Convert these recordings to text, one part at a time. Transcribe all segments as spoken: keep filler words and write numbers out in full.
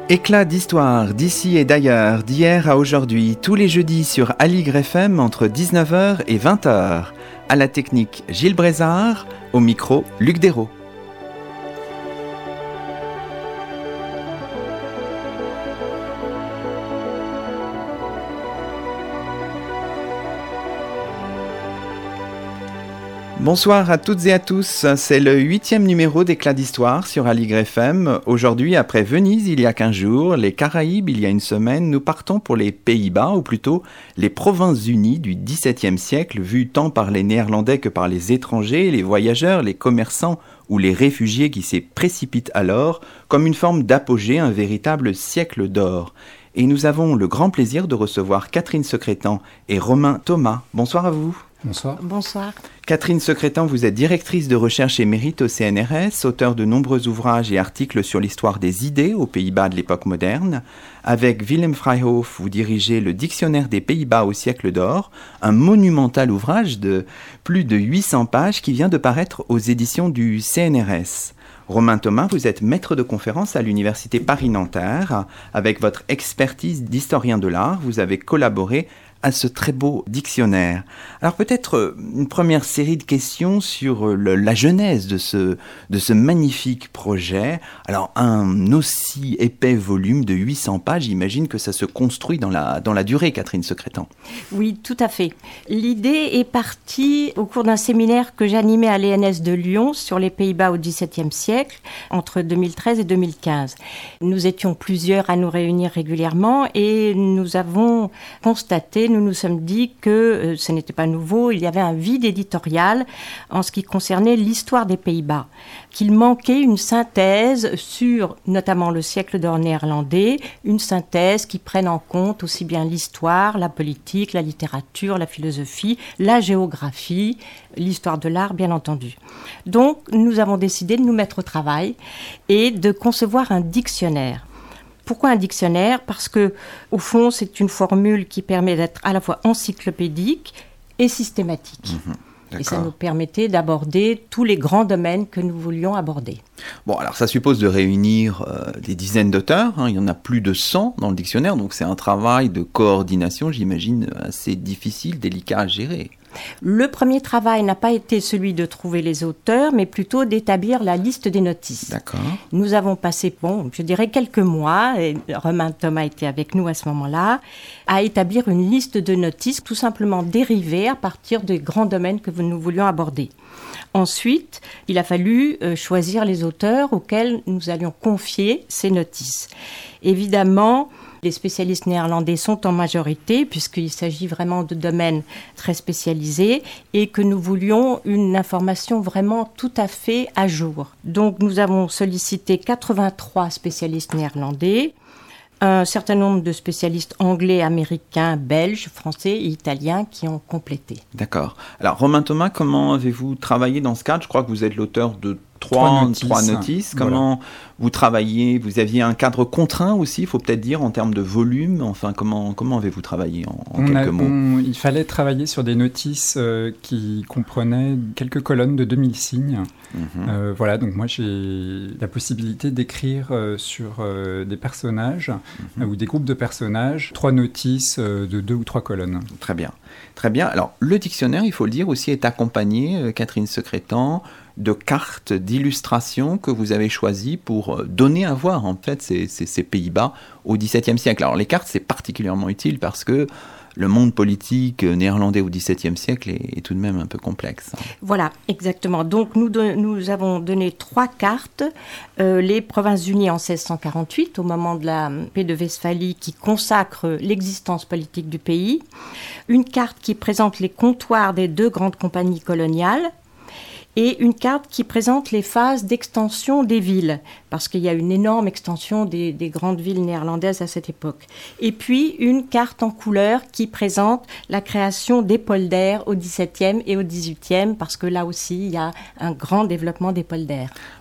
Éclat d'histoire d'ici et d'ailleurs, d'hier à aujourd'hui, tous les jeudis sur Aligre F M entre dix-neuf heures et vingt heures. À la technique, Gilles Brézard, au micro, Luc Dérault. Bonsoir à toutes et à tous, c'est le huitième numéro d'Éclat d'Histoire sur Aligre F M. Aujourd'hui, après Venise il y a quinze jours, les Caraïbes il y a une semaine, nous partons pour les Pays-Bas, ou plutôt les Provinces-Unies du dix-septième siècle, vues tant par les Néerlandais que par les étrangers, les voyageurs, les commerçants ou les réfugiés qui s'y précipitent alors, comme une forme d'apogée, un véritable siècle d'or. Et nous avons le grand plaisir de recevoir Catherine Secrétan et Romain Thomas. Bonsoir à vous. Bonsoir. Bonsoir. Catherine Secrétan, vous êtes directrice de recherche émérite au C N R S, auteure de nombreux ouvrages et articles sur l'histoire des idées aux Pays-Bas de l'époque moderne. Avec Willem Vrijhof, vous dirigez le Dictionnaire des Pays-Bas au siècle d'or, un monumental ouvrage de plus de huit cents pages qui vient de paraître aux éditions du C N R S. Romain Thomas, vous êtes maître de conférence à l'Université Paris-Nanterre. Avec votre expertise d'historien de l'art, vous avez collaboré à ce très beau dictionnaire. Alors peut-être une première série de questions sur le, la genèse de ce, de ce magnifique projet. Alors un aussi épais volume de huit cents pages, j'imagine que ça se construit dans la, dans la durée, Catherine Secrétan. Oui, tout à fait. L'idée est partie au cours d'un séminaire que j'animais à l'E N S de Lyon sur les Pays-Bas au dix-septième siècle, entre deux mille treize et deux mille quinze. Nous étions plusieurs à nous réunir régulièrement et nous avons constaté, nous nous sommes dit que euh, ce n'était pas nouveau, il y avait un vide éditorial en ce qui concernait l'histoire des Pays-Bas, qu'il manquait une synthèse sur notamment le siècle d'or néerlandais, une synthèse qui prenne en compte aussi bien l'histoire, la politique, la littérature, la philosophie, la géographie, l'histoire de l'art bien entendu. Donc nous avons décidé de nous mettre au travail et de concevoir un dictionnaire. Pourquoi un dictionnaire ? Parce que, au fond, c'est une formule qui permet d'être à la fois encyclopédique et systématique. Mmh, et ça nous permettait d'aborder tous les grands domaines que nous voulions aborder. Bon, alors ça suppose de réunir euh, des dizaines d'auteurs, hein. Il y en a plus de cent dans le dictionnaire, donc c'est un travail de coordination, j'imagine, assez difficile, délicat à gérer. Le premier travail n'a pas été celui de trouver les auteurs, mais plutôt d'établir la liste des notices. D'accord. Nous avons passé, bon, je dirais quelques mois, et Romain Thomas était avec nous à ce moment-là, à établir une liste de notices tout simplement dérivées à partir des grands domaines que nous voulions aborder. Ensuite, il a fallu euh, choisir les auteurs auxquels nous allions confier ces notices. Évidemment, les spécialistes néerlandais sont en majorité puisqu'il s'agit vraiment de domaines très spécialisés et que nous voulions une information vraiment tout à fait à jour. Donc nous avons sollicité quatre-vingt-trois spécialistes néerlandais, un certain nombre de spécialistes anglais, américains, belges, français et italiens qui ont complété. D'accord. Alors Romain Thomas, comment avez-vous travaillé dans ce cadre ? Je crois que vous êtes l'auteur de Trois, trois notices. Trois notices. Comment voilà. Vous travaillez ? Vous aviez un cadre contraint aussi, il faut peut-être dire, en termes de volume. Enfin, comment, comment avez-vous travaillé en, en quelques a, mots on, Il fallait travailler sur des notices euh, qui comprenaient quelques colonnes de deux mille signes. Mm-hmm. Euh, voilà, donc moi j'ai la possibilité d'écrire euh, sur euh, des personnages mm-hmm. euh, ou des groupes de personnages, trois notices euh, de deux ou trois colonnes. Très bien. Très bien. Alors, le dictionnaire, il faut le dire aussi, est accompagné, euh, Catherine Secrétan, de cartes d'illustration que vous avez choisies pour donner à voir en fait ces, ces, ces Pays-Bas au dix-septième siècle. Alors les cartes, c'est particulièrement utile parce que le monde politique néerlandais au dix-septième siècle est, est tout de même un peu complexe. Voilà, exactement. Donc nous, de, nous avons donné trois cartes. Euh, les Provinces-Unies en seize cent quarante-huit, au moment de la paix de Westphalie qui consacre l'existence politique du pays. Une carte qui présente les comptoirs des deux grandes compagnies coloniales. Et une carte qui présente les phases d'extension des villes, parce qu'il y a une énorme extension des, des grandes villes néerlandaises à cette époque. Et puis une carte en couleur qui présente la création des polders au dix-septième et au dix-huitième, parce que là aussi, il y a un grand développement des polders.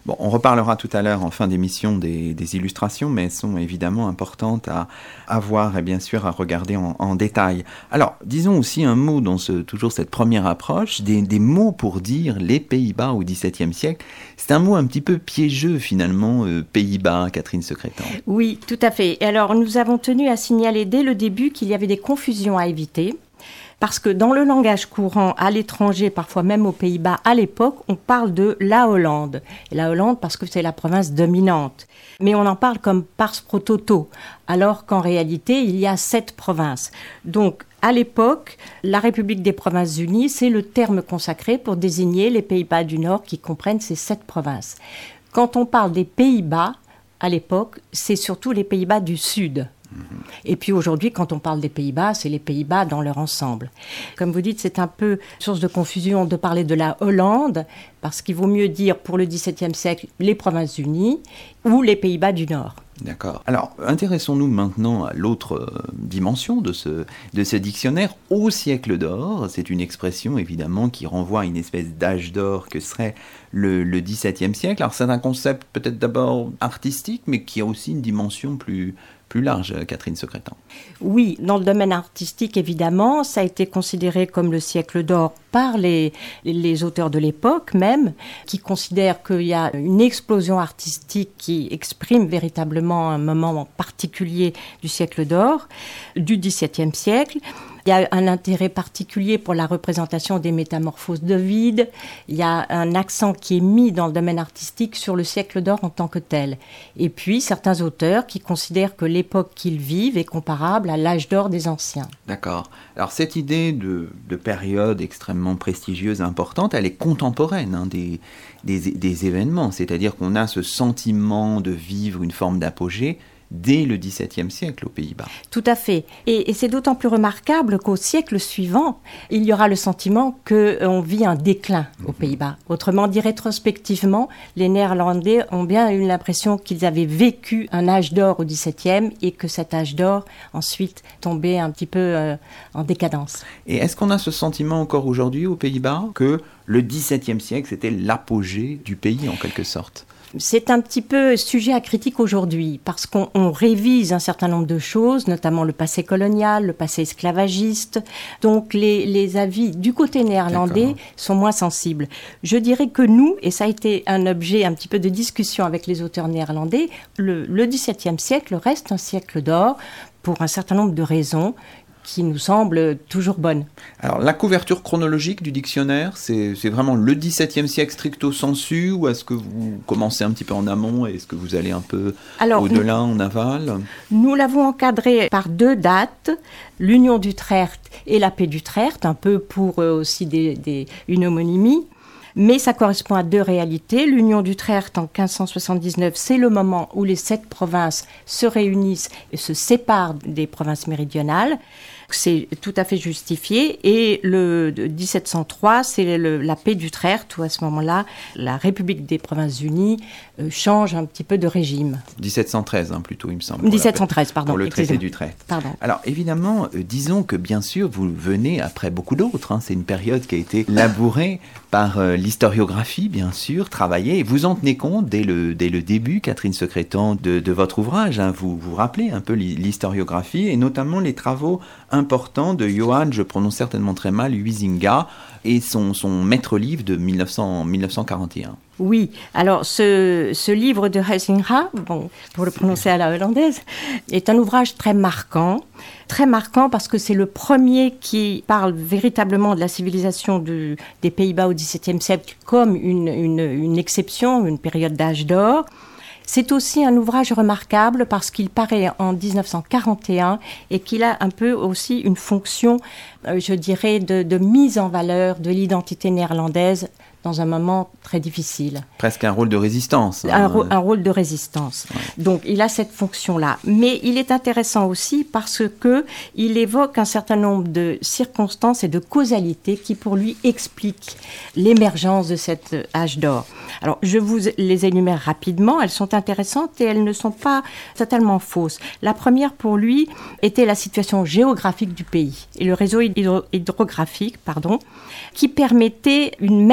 Bon, on reparlera tout à l'heure en fin d'émission des, des illustrations, mais elles sont évidemment importantes à, à voir et bien sûr à regarder en, en détail. Alors, disons aussi un mot dans ce, toujours cette première approche, des, des mots pour dire les Pays-Bas au dix-septième siècle. C'est un mot un petit peu piégeux finalement, euh, Pays-Bas, Catherine Secrétan. Oui, tout à fait. Alors, nous avons tenu à signaler dès le début qu'il y avait des confusions à éviter. Parce que dans le langage courant, à l'étranger, parfois même aux Pays-Bas, à l'époque, on parle de la Hollande. Et la Hollande parce que c'est la province dominante. Mais on en parle comme pars pro toto, alors qu'en réalité, il y a sept provinces. Donc, à l'époque, la République des Provinces-Unies, c'est le terme consacré pour désigner les Pays-Bas du Nord qui comprennent ces sept provinces. Quand on parle des Pays-Bas, à l'époque, c'est surtout les Pays-Bas du Sud. Et puis aujourd'hui, quand on parle des Pays-Bas, c'est les Pays-Bas dans leur ensemble. Comme vous dites, c'est un peu source de confusion de parler de la Hollande, parce qu'il vaut mieux dire pour le dix-septième siècle les Provinces-Unies ou les Pays-Bas du Nord. D'accord. Alors, intéressons-nous maintenant à l'autre euh, dimension de ce, de ce dictionnaire, au siècle d'or. C'est une expression, évidemment, qui renvoie à une espèce d'âge d'or que serait le, le dix-septième siècle. Alors, c'est un concept peut-être d'abord artistique, mais qui a aussi une dimension plus... plus large, Catherine Secrétan. Oui, dans le domaine artistique, évidemment, ça a été considéré comme le siècle d'or par les, les auteurs de l'époque même, qui considèrent qu'il y a une explosion artistique qui exprime véritablement un moment particulier du siècle d'or, du dix-septième siècle. Il y a un intérêt particulier pour la représentation des métamorphoses d'Ovide. Il y a un accent qui est mis dans le domaine artistique sur le siècle d'or en tant que tel. Et puis, certains auteurs qui considèrent que l'époque qu'ils vivent est comparable à l'âge d'or des anciens. D'accord. Alors, cette idée de, de période extrêmement prestigieuse, importante, elle est contemporaine hein, des, des, des événements. C'est-à-dire qu'on a ce sentiment de vivre une forme d'apogée dès le dix-septième siècle aux Pays-Bas. Tout à fait. Et, et c'est d'autant plus remarquable qu'au siècle suivant, il y aura le sentiment qu'on vit un déclin aux Pays-Bas. Autrement dit, rétrospectivement, les Néerlandais ont bien eu l'impression qu'ils avaient vécu un âge d'or au dix-septième et que cet âge d'or, ensuite, tombait un petit peu euh, en décadence. Et est-ce qu'on a ce sentiment encore aujourd'hui aux Pays-Bas que le dix-septième siècle, c'était l'apogée du pays en quelque sorte ? C'est un petit peu sujet à critique aujourd'hui, parce qu'on on révise un certain nombre de choses, notamment le passé colonial, le passé esclavagiste. Donc les, les avis du côté néerlandais D'accord. sont moins sensibles. Je dirais que nous, et ça a été un objet un petit peu de discussion avec les auteurs néerlandais, le, le dix-septième siècle reste un siècle d'or pour un certain nombre de raisons qui nous semble toujours bonne. Alors, la couverture chronologique du dictionnaire, c'est, c'est vraiment le dix-septième siècle stricto sensu, ou est-ce que vous commencez un petit peu en amont, et est-ce que vous allez un peu Alors, au-delà, en aval ? Nous l'avons encadré par deux dates, l'Union d'Utrecht et la paix d'Utrecht, un peu pour euh, aussi des, des, une homonymie. Mais ça correspond à deux réalités. L'Union d'Utrecht en quinze cent soixante-dix-neuf, c'est le moment où les sept provinces se réunissent et se séparent des provinces méridionales. C'est tout à fait justifié. Et le dix-sept cent trois, c'est le, la paix d'Utrecht, où à ce moment-là, la République des Provinces-Unies euh, change un petit peu de régime. dix-sept cent treize, hein, plutôt, il me semble. dix-sept cent treize, pardon. Pour le traité d'Utrecht. Pardon. Alors, évidemment, euh, disons que, bien sûr, vous venez après beaucoup d'autres. Hein, c'est une période qui a été labourée par euh, l'historiographie, bien sûr, travaillée. Et vous en tenez compte dès le, dès le début, Catherine Secrétan, de, de votre ouvrage. Hein, vous vous rappelez un peu l'historiographie, et notamment les travaux important de Johann, je prononce certainement très mal, Huizinga, et son, son maître-livre de mille neuf cents, mille neuf cent quarante et un. Oui, alors ce, ce livre de Huizinga, bon, pour le prononcer à la hollandaise, est un ouvrage très marquant, très marquant parce que c'est le premier qui parle véritablement de la civilisation de, des Pays-Bas au dix-septième siècle comme une, une, une exception, une période d'âge d'or. C'est aussi un ouvrage remarquable parce qu'il paraît en dix-neuf cent quarante et un et qu'il a un peu aussi une fonction, euh, je dirais, de, de mise en valeur de l'identité néerlandaise dans un moment très difficile. Presque un rôle de résistance. Hein. Un, ro- un rôle de résistance. Ouais. Donc, il a cette fonction-là. Mais il est intéressant aussi parce qu'il évoque un certain nombre de circonstances et de causalités qui, pour lui, expliquent l'émergence de cet âge d'or. Alors, je vous les énumère rapidement. Elles sont intéressantes et elles ne sont pas totalement fausses. La première, pour lui, était la situation géographique du pays et le réseau hydro- hydrographique, pardon, qui permettait une même liberté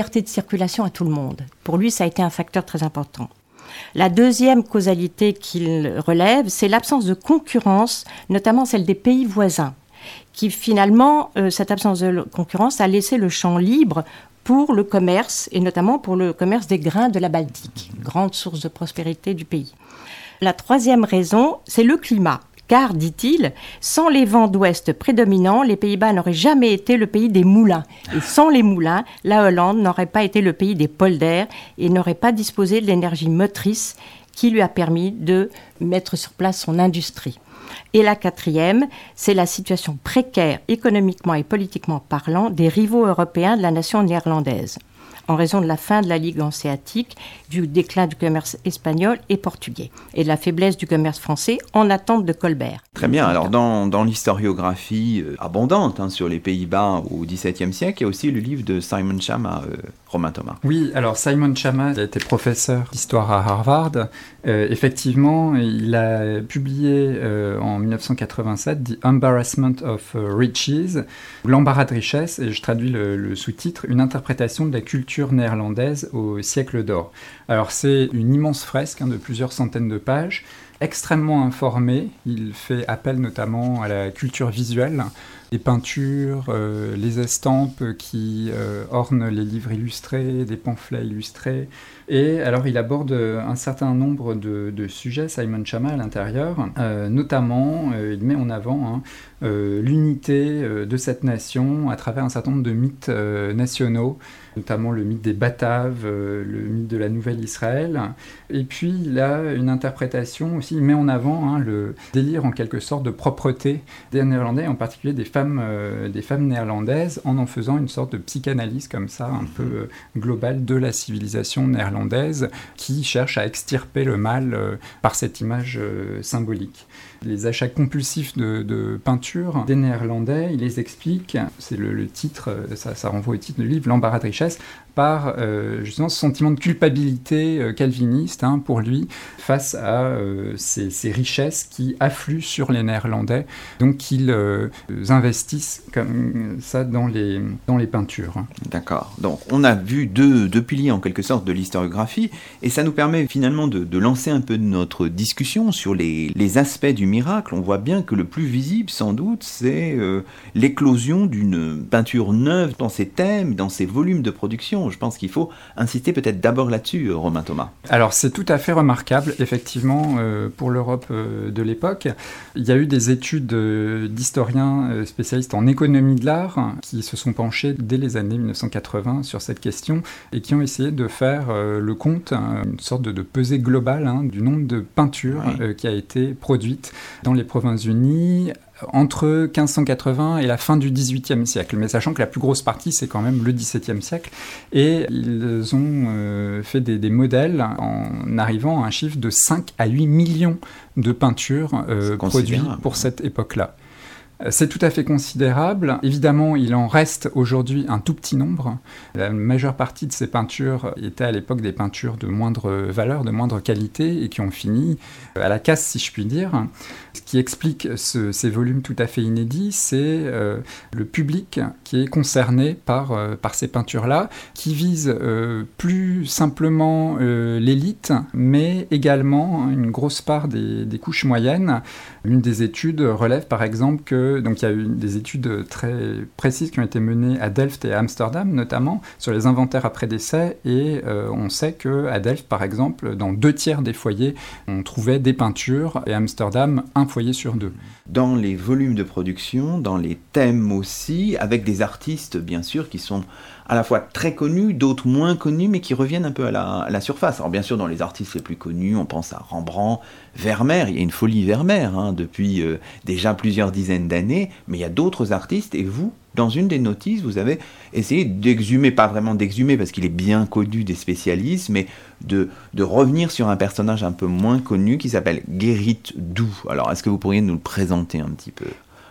liberté de circulation à tout le monde. Pour lui, ça a été un facteur très important. La deuxième causalité qu'il relève, c'est l'absence de concurrence, notamment celle des pays voisins, qui finalement, euh, cette absence de concurrence a laissé le champ libre pour le commerce, et notamment pour le commerce des grains de la Baltique, grande source de prospérité du pays. La troisième raison, c'est le climat. Car, dit-il, sans les vents d'ouest prédominants, les Pays-Bas n'auraient jamais été le pays des moulins. Et sans les moulins, la Hollande n'aurait pas été le pays des polders et n'aurait pas disposé de l'énergie motrice qui lui a permis de mettre sur place son industrie. Et la quatrième, c'est la situation précaire, économiquement et politiquement parlant, des rivaux européens de la nation néerlandaise, en raison de la fin de la Ligue hanséatique, du déclin du commerce espagnol et portugais, et de la faiblesse du commerce français en attente de Colbert. Très bien. Alors, dans, dans l'historiographie euh, abondante hein, sur les Pays-Bas au XVIIe siècle, il y a aussi le livre de Simon Schama, euh, Romain Thomas. Oui, alors Simon Schama a été professeur d'histoire à Harvard. Euh, effectivement, il a publié euh, en dix-neuf cent quatre-vingt-sept The Embarrassment of Riches, l'embarras de richesse, et je traduis le, le sous-titre, une interprétation de la culture néerlandaise au siècle d'or. Alors c'est une immense fresque hein, de plusieurs centaines de pages, extrêmement informé. Il fait appel notamment à la culture visuelle, les peintures, euh, les estampes qui euh, ornent les livres illustrés, des pamphlets illustrés. Et alors il aborde un certain nombre de, de sujets, Simon Schama, à l'intérieur. Euh, notamment, euh, il met en avant hein, euh, l'unité euh, de cette nation à travers un certain nombre de mythes euh, nationaux, notamment le mythe des Bataves, euh, le mythe de la Nouvelle-Israël. Et puis il a une interprétation aussi, il met en avant hein, le délire en quelque sorte de propreté des Néerlandais, en particulier des femmes, euh, des femmes néerlandaises, en en faisant une sorte de psychanalyse comme ça, un peu euh, globale de la civilisation néerlandaise, qui cherche à extirper le mal euh, par cette image euh, symbolique. Les achats compulsifs de, de peinture des Néerlandais, il les explique, c'est le, le titre, ça, ça renvoie au titre du livre, l'embarras de richesse, par euh, justement ce sentiment de culpabilité euh, calviniste hein, pour lui face à euh, ces, ces richesses qui affluent sur les Néerlandais, donc qu'ils euh, investissent comme ça dans les, dans les peintures. D'accord, donc on a vu deux, deux piliers en quelque sorte de l'historiographie, et ça nous permet finalement de, de lancer un peu notre discussion sur les, les aspects du miracle. On voit bien que le plus visible sans doute c'est euh, l'éclosion d'une peinture neuve dans ses thèmes, dans ses volumes de production. Je pense qu'il faut insister peut-être d'abord là-dessus, Romain Thomas. Alors c'est tout à fait remarquable, effectivement, euh, pour l'Europe euh, de l'époque. Il y a eu des études euh, d'historiens euh, spécialistes en économie de l'art hein, qui se sont penchés dès les années dix-neuf cent quatre-vingts sur cette question et qui ont essayé de faire euh, le compte, hein, une sorte de, de pesée globale hein, du nombre de peintures oui. euh, qui a été produite dans les Provinces-Unies entre quinze cent quatre-vingts et la fin du dix-huitième siècle, mais sachant que la plus grosse partie, c'est quand même le dix-septième siècle, et ils ont euh, fait des, des modèles en arrivant à un chiffre de cinq à huit millions de peintures euh, produites pour cette époque-là. C'est tout à fait considérable. Évidemment, il en reste aujourd'hui un tout petit nombre. La majeure partie de ces peintures étaient à l'époque des peintures de moindre valeur, de moindre qualité, et qui ont fini à la casse, si je puis dire. Ce qui explique ce, ces volumes tout à fait inédits, c'est euh, le public qui est concerné par, euh, par ces peintures-là, qui visent euh, plus simplement euh, l'élite, mais également une grosse part des, des couches moyennes. L'une des études relève par exemple que donc il y a eu des études très précises qui ont été menées à Delft et à Amsterdam notamment sur les inventaires après décès, et euh, on sait qu'à Delft par exemple, dans deux tiers des foyers, on trouvait des peintures, et à Amsterdam, un foyer sur deux. Dans les volumes de production, dans les thèmes aussi, avec des artistes bien sûr qui sont à la fois très connus, d'autres moins connus, mais qui reviennent un peu à la, à la surface. Alors bien sûr, dans les artistes les plus connus, on pense à Rembrandt, Vermeer. Il y a une folie Vermeer hein, depuis euh, déjà plusieurs dizaines d'années, mais il y a d'autres artistes, et vous, dans une des notices, vous avez essayé d'exhumer, pas vraiment d'exhumer parce qu'il est bien connu des spécialistes, mais de, de revenir sur un personnage un peu moins connu qui s'appelle Gerrit Dou. Alors, est-ce que vous pourriez nous le présenter un petit peu ?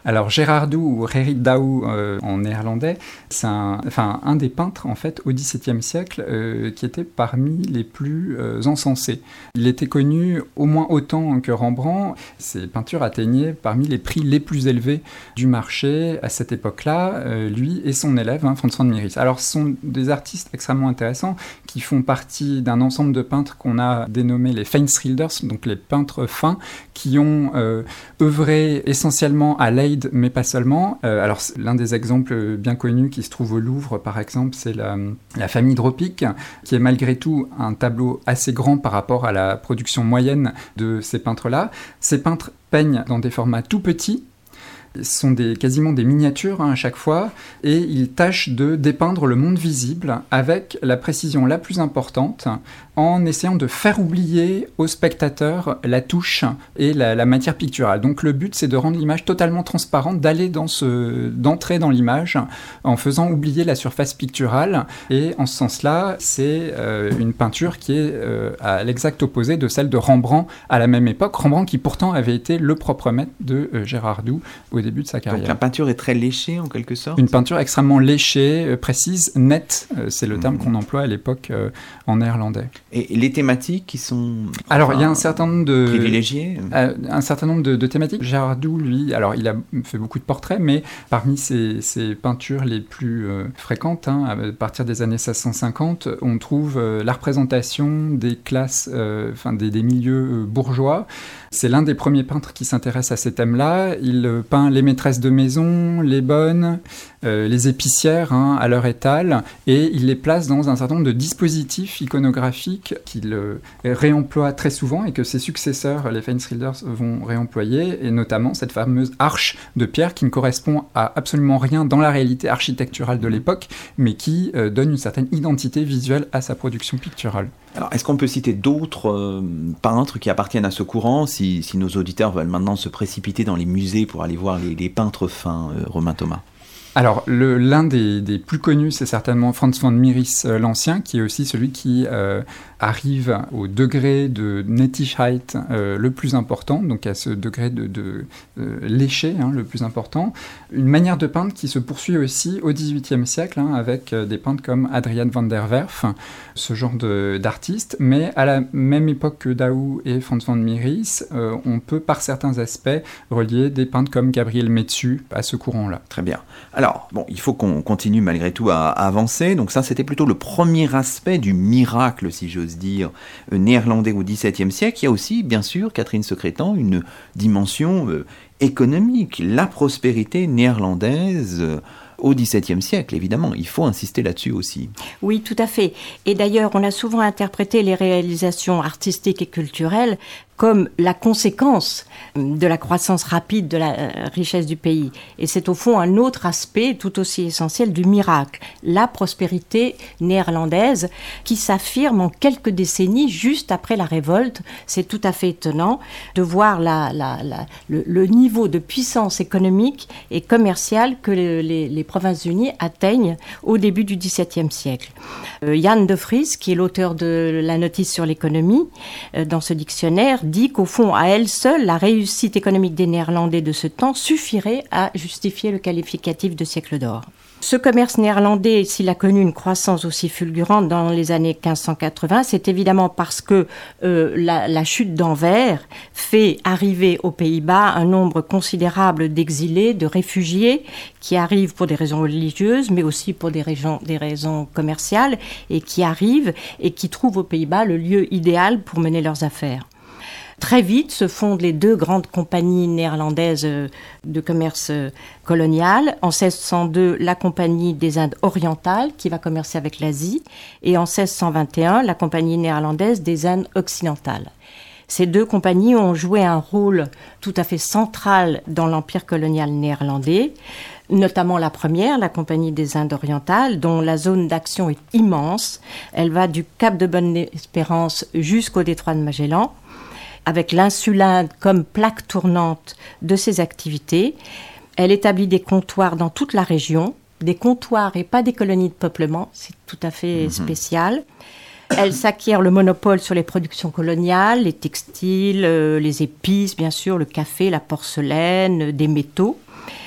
Alors Gerardou ou Herridaou euh, en néerlandais, c'est un, enfin, un des peintres en fait au dix-septième siècle euh, qui était parmi les plus euh, encensés. Il était connu au moins autant que Rembrandt. Ses peintures atteignaient parmi les prix les plus élevés du marché à cette époque-là, euh, lui et son élève, hein, Frans van Mieris. Alors ce sont des artistes extrêmement intéressants qui font partie d'un ensemble de peintres qu'on a dénommé les Feinschilders, donc les peintres fins, qui ont euh, œuvré essentiellement à Leyde, mais pas seulement. Euh, alors l'un des exemples bien connus qui se trouve au Louvre, par exemple, c'est la, la famille Dropic, qui est malgré tout un tableau assez grand par rapport à la production moyenne de ces peintres-là. Ces peintres peignent dans des formats tout petits. Ce sont des, quasiment des miniatures hein, à chaque fois, et ils tâchent de dépeindre le monde visible avec la précision la plus importante, en essayant de faire oublier au spectateur la touche et la, la matière picturale. Donc le but, c'est de rendre l'image totalement transparente, d'aller dans ce, d'entrer dans l'image en faisant oublier la surface picturale. Et en ce sens-là, c'est euh, une peinture qui est euh, à l'exact opposé de celle de Rembrandt à la même époque. Rembrandt qui pourtant avait été le propre maître de euh, Gerardou au début de sa carrière. Donc la peinture est très léchée en quelque sorte ? Une peinture extrêmement léchée, euh, précise, nette. Euh, c'est le terme mmh. qu'on emploie à l'époque euh, en néerlandais. Et les thématiques qui sont alors enfin, il y a un certain nombre de privilégiées euh, un certain nombre de, de thématiques. Gerardou, lui, alors il a fait beaucoup de portraits, mais parmi ses, ses peintures les plus euh, fréquentes, hein, à partir des années seize cent cinquante, on trouve euh, la représentation des classes, euh, enfin des, des milieux euh, bourgeois. C'est l'un des premiers peintres qui s'intéresse à ces thèmes-là. Il euh, peint les maîtresses de maison, les bonnes, euh, les épicières hein, à leur étal, et il les place dans un certain nombre de dispositifs iconographiques qu'il euh, réemploie très souvent et que ses successeurs, les Feinschilders, vont réemployer, et notamment cette fameuse arche de pierre qui ne correspond à absolument rien dans la réalité architecturale de l'époque, mais qui euh, donne une certaine identité visuelle à sa production picturale. Alors, est-ce qu'on peut citer d'autres euh, peintres qui appartiennent à ce courant, si, si nos auditeurs veulent maintenant se précipiter dans les musées pour aller voir les, les peintres fins, euh, Romain Thomas ? Alors, le, l'un des, des plus connus, c'est certainement Frans van Mieris euh, l'Ancien, qui est aussi celui qui euh, arrive au degré de Nettigheid euh, le plus important, donc à ce degré de, de euh, léché hein, le plus important. Une manière de peindre qui se poursuit aussi au dix-huitième siècle, hein, avec euh, des peintres comme Adriaan van der Werf, ce genre de, d'artistes. Mais à la même époque que Daou et Frans van Mieris, euh, on peut par certains aspects relier des peintres comme Gabriel Metsu à ce courant-là. Très bien. Alors, bon, il faut qu'on continue malgré tout à, à avancer. Donc ça, c'était plutôt le premier aspect du miracle, si j'ose dire, néerlandais au dix-septième siècle. Il y a aussi, bien sûr, Catherine Secrétan, une dimension euh, économique, la prospérité néerlandaise euh, au dix-septième siècle, évidemment. Il faut insister là-dessus aussi. Oui, tout à fait. Et d'ailleurs, on a souvent interprété les réalisations artistiques et culturelles comme la conséquence de la croissance rapide de la richesse du pays. Et c'est au fond un autre aspect tout aussi essentiel du miracle, la prospérité néerlandaise qui s'affirme en quelques décennies juste après la révolte. C'est tout à fait étonnant de voir la, la, la, le, le niveau de puissance économique et commerciale que les, les, les Provinces-Unies atteignent au début du dix-septième siècle. Euh, Jan de Vries, qui est l'auteur de la notice sur l'économie, euh, dans ce dictionnaire, dit qu'au fond, à elle seule, la réussite économique des Néerlandais de ce temps suffirait à justifier le qualificatif de siècle d'or. Ce commerce néerlandais, s'il a connu une croissance aussi fulgurante dans les années quinze cent quatre-vingts, c'est évidemment parce que euh, la, la chute d'Anvers fait arriver aux Pays-Bas un nombre considérable d'exilés, de réfugiés, qui arrivent pour des raisons religieuses, mais aussi pour des raisons, des raisons commerciales, et qui arrivent et qui trouvent aux Pays-Bas le lieu idéal pour mener leurs affaires. Très vite se fondent les deux grandes compagnies néerlandaises de commerce colonial. En seize cent deux, la Compagnie des Indes orientales, qui va commercer avec l'Asie, et en seize cent vingt et un, la Compagnie néerlandaise des Indes occidentales. Ces deux compagnies ont joué un rôle tout à fait central dans l'empire colonial néerlandais, notamment la première, la Compagnie des Indes orientales, dont la zone d'action est immense. Elle va du Cap de Bonne-Espérance jusqu'au détroit de Magellan, avec l'insulinde comme plaque tournante de ses activités. Elle établit des comptoirs dans toute la région, des comptoirs et pas des colonies de peuplement, c'est tout à fait mmh. spécial. Elle s'acquiert le monopole sur les productions coloniales, les textiles, euh, les épices, bien sûr, le café, la porcelaine, des métaux.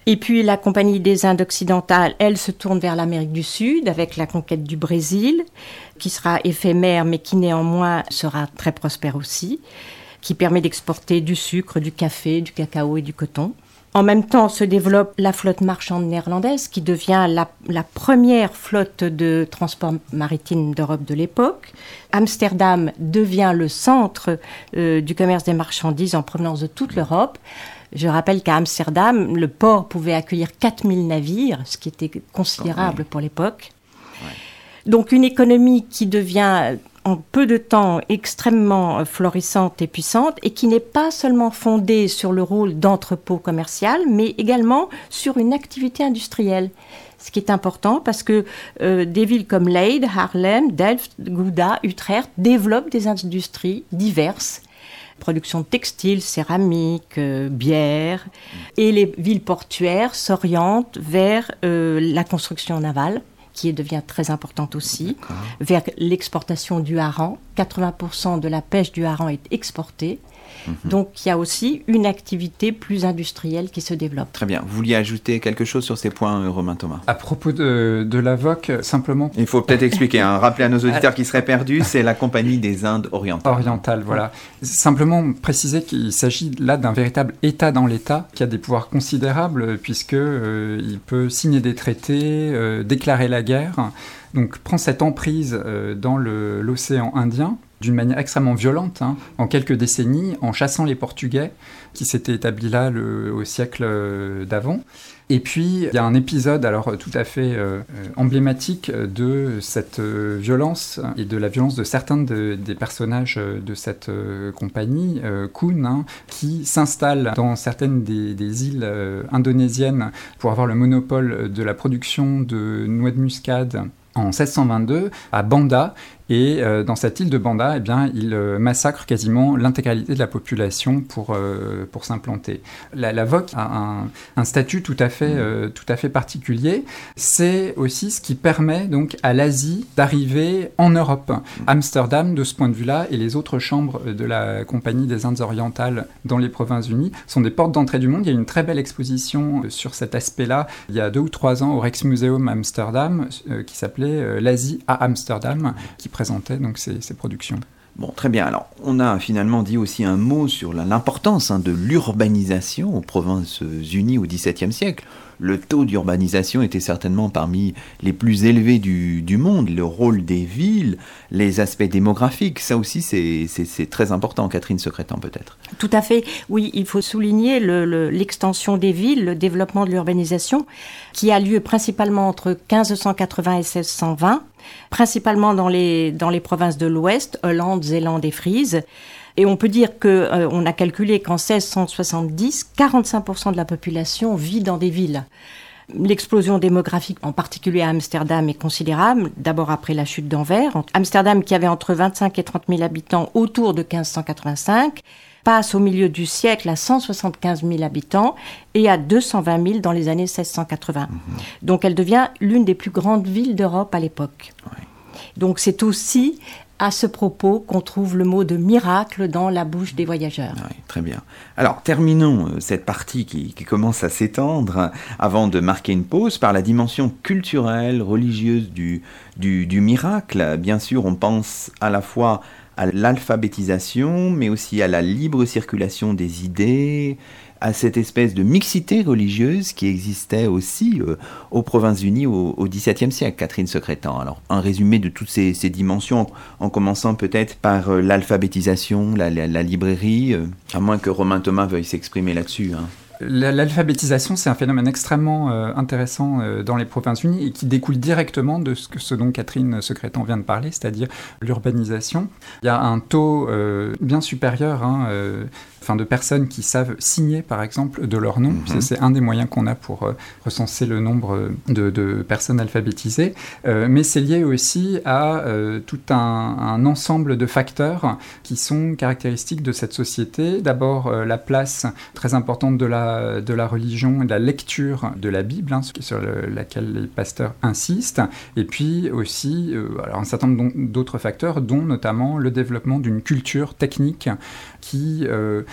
Et puis la Compagnie des Indes occidentales, elle se tourne vers l'Amérique du Sud avec la conquête du Brésil, qui sera éphémère mais qui néanmoins sera très prospère aussi, qui permet d'exporter du sucre, du café, du cacao et du coton. En même temps se développe la flotte marchande néerlandaise qui devient la, la première flotte de transport maritime d'Europe de l'époque. Amsterdam devient le centre euh, du commerce des marchandises en provenance de toute l'Europe. Je rappelle qu'à Amsterdam, le port pouvait accueillir quatre mille navires, ce qui était considérable pour l'époque. Ouais. Donc une économie qui devient en peu de temps extrêmement florissante et puissante et qui n'est pas seulement fondée sur le rôle d'entrepôt commercial, mais également sur une activité industrielle. Ce qui est important parce que euh, des villes comme Leyde, Haarlem, Delft, Gouda, Utrecht développent des industries diverses. Production de textiles, céramique, euh, bière. Et les villes portuaires s'orientent vers euh, la construction navale, qui devient très importante aussi, D'accord. vers l'exportation du hareng. quatre-vingts pour cent de la pêche du hareng est exportée. Mmh. Donc, il y a aussi une activité plus industrielle qui se développe. Très bien. Vous vouliez ajouter quelque chose sur ces points, Romain Thomas ? À propos de, de la V O C, simplement... Il faut peut-être expliquer, hein, rappeler à nos auditeurs qui seraient perdus, c'est la Compagnie des Indes orientales. Orientales, voilà. Simplement préciser qu'il s'agit là d'un véritable État dans l'État, qui a des pouvoirs considérables, puisqu'il euh, peut signer des traités, euh, déclarer la guerre, donc prend cette emprise euh, dans le, l'océan Indien, d'une manière extrêmement violente, hein, en quelques décennies, en chassant les Portugais qui s'étaient établis là le, au siècle euh, d'avant. Et puis, il y a un épisode alors tout à fait euh, emblématique de cette euh, violence et de la violence de certains de, des personnages de cette euh, compagnie, euh, Kuhn, hein, qui s'installe dans certaines des, des îles euh, indonésiennes pour avoir le monopole de la production de noix de muscade en seize cent vingt-deux à Banda. Et euh, dans cette île de Banda, eh bien, il euh, massacre quasiment l'intégralité de la population pour, euh, pour s'implanter. La, la V O C a un, un statut tout à fait, euh, tout à fait particulier. C'est aussi ce qui permet donc à l'Asie d'arriver en Europe. Amsterdam, de ce point de vue-là, et les autres chambres de la Compagnie des Indes orientales dans les Provinces-Unies sont des portes d'entrée du monde. Il y a une très belle exposition sur cet aspect-là il y a deux ou trois ans au Rijksmuseum Amsterdam euh, qui s'appelait euh, L'Asie à Amsterdam, qui présentait donc ces, ces productions. Bon, très bien. Alors, on a finalement dit aussi un mot sur la, l'importance hein, de l'urbanisation aux Provinces-Unies au dix-septième siècle. Le taux d'urbanisation était certainement parmi les plus élevés du, du monde. Le rôle des villes, les aspects démographiques, ça aussi c'est, c'est, c'est très important. Catherine Secrétan peut-être. Tout à fait. Oui, il faut souligner le, le, l'extension des villes, le développement de l'urbanisation qui a lieu principalement entre quinze cent quatre-vingts et seize cent vingt, principalement dans les, dans les provinces de l'Ouest, Hollande, Zélande et Frise. Et on peut dire qu'on euh, a calculé qu'en seize cent soixante-dix, quarante-cinq pour cent de la population vit dans des villes. L'explosion démographique, en particulier à Amsterdam, est considérable, d'abord après la chute d'Anvers. Amsterdam, qui avait entre vingt-cinq et trente mille habitants autour de quinze cent quatre-vingt-cinq, passe au milieu du siècle à cent soixante-quinze mille habitants et à deux cent vingt mille dans les années seize cent quatre-vingts. Mmh. Donc elle devient l'une des plus grandes villes d'Europe à l'époque. Ouais. Donc c'est aussi à ce propos qu'on trouve le mot de miracle dans la bouche des voyageurs. Oui, très bien. Alors, terminons cette partie qui, qui commence à s'étendre avant de marquer une pause par la dimension culturelle, religieuse du, du, du miracle. Bien sûr, on pense à la fois à l'alphabétisation, mais aussi à la libre circulation des idées, à cette espèce de mixité religieuse qui existait aussi euh, aux Provinces-Unies au, au dix-septième siècle, Catherine Secrétan. Alors, un résumé de toutes ces, ces dimensions, en commençant peut-être par euh, l'alphabétisation, la, la, la librairie, euh, à moins que Romain Thomas veuille s'exprimer là-dessus, hein. L'alphabétisation, c'est un phénomène extrêmement euh, intéressant euh, dans les Provinces-Unies et qui découle directement de ce, que, ce dont Catherine Secrétan vient de parler, c'est-à-dire l'urbanisation. Il y a un taux euh, bien supérieur hein, euh, enfin, de personnes qui savent signer, par exemple, de leur nom. Mm-hmm. C'est, c'est un des moyens qu'on a pour euh, recenser le nombre de, de personnes alphabétisées. Euh, mais c'est lié aussi à euh, tout un, un ensemble de facteurs qui sont caractéristiques de cette société. D'abord, euh, la place très importante de la de la religion et de la lecture de la Bible, hein, sur le, laquelle les pasteurs insistent, et puis aussi euh, alors un certain nombre d'autres facteurs, dont notamment le développement d'une culture technique qui euh,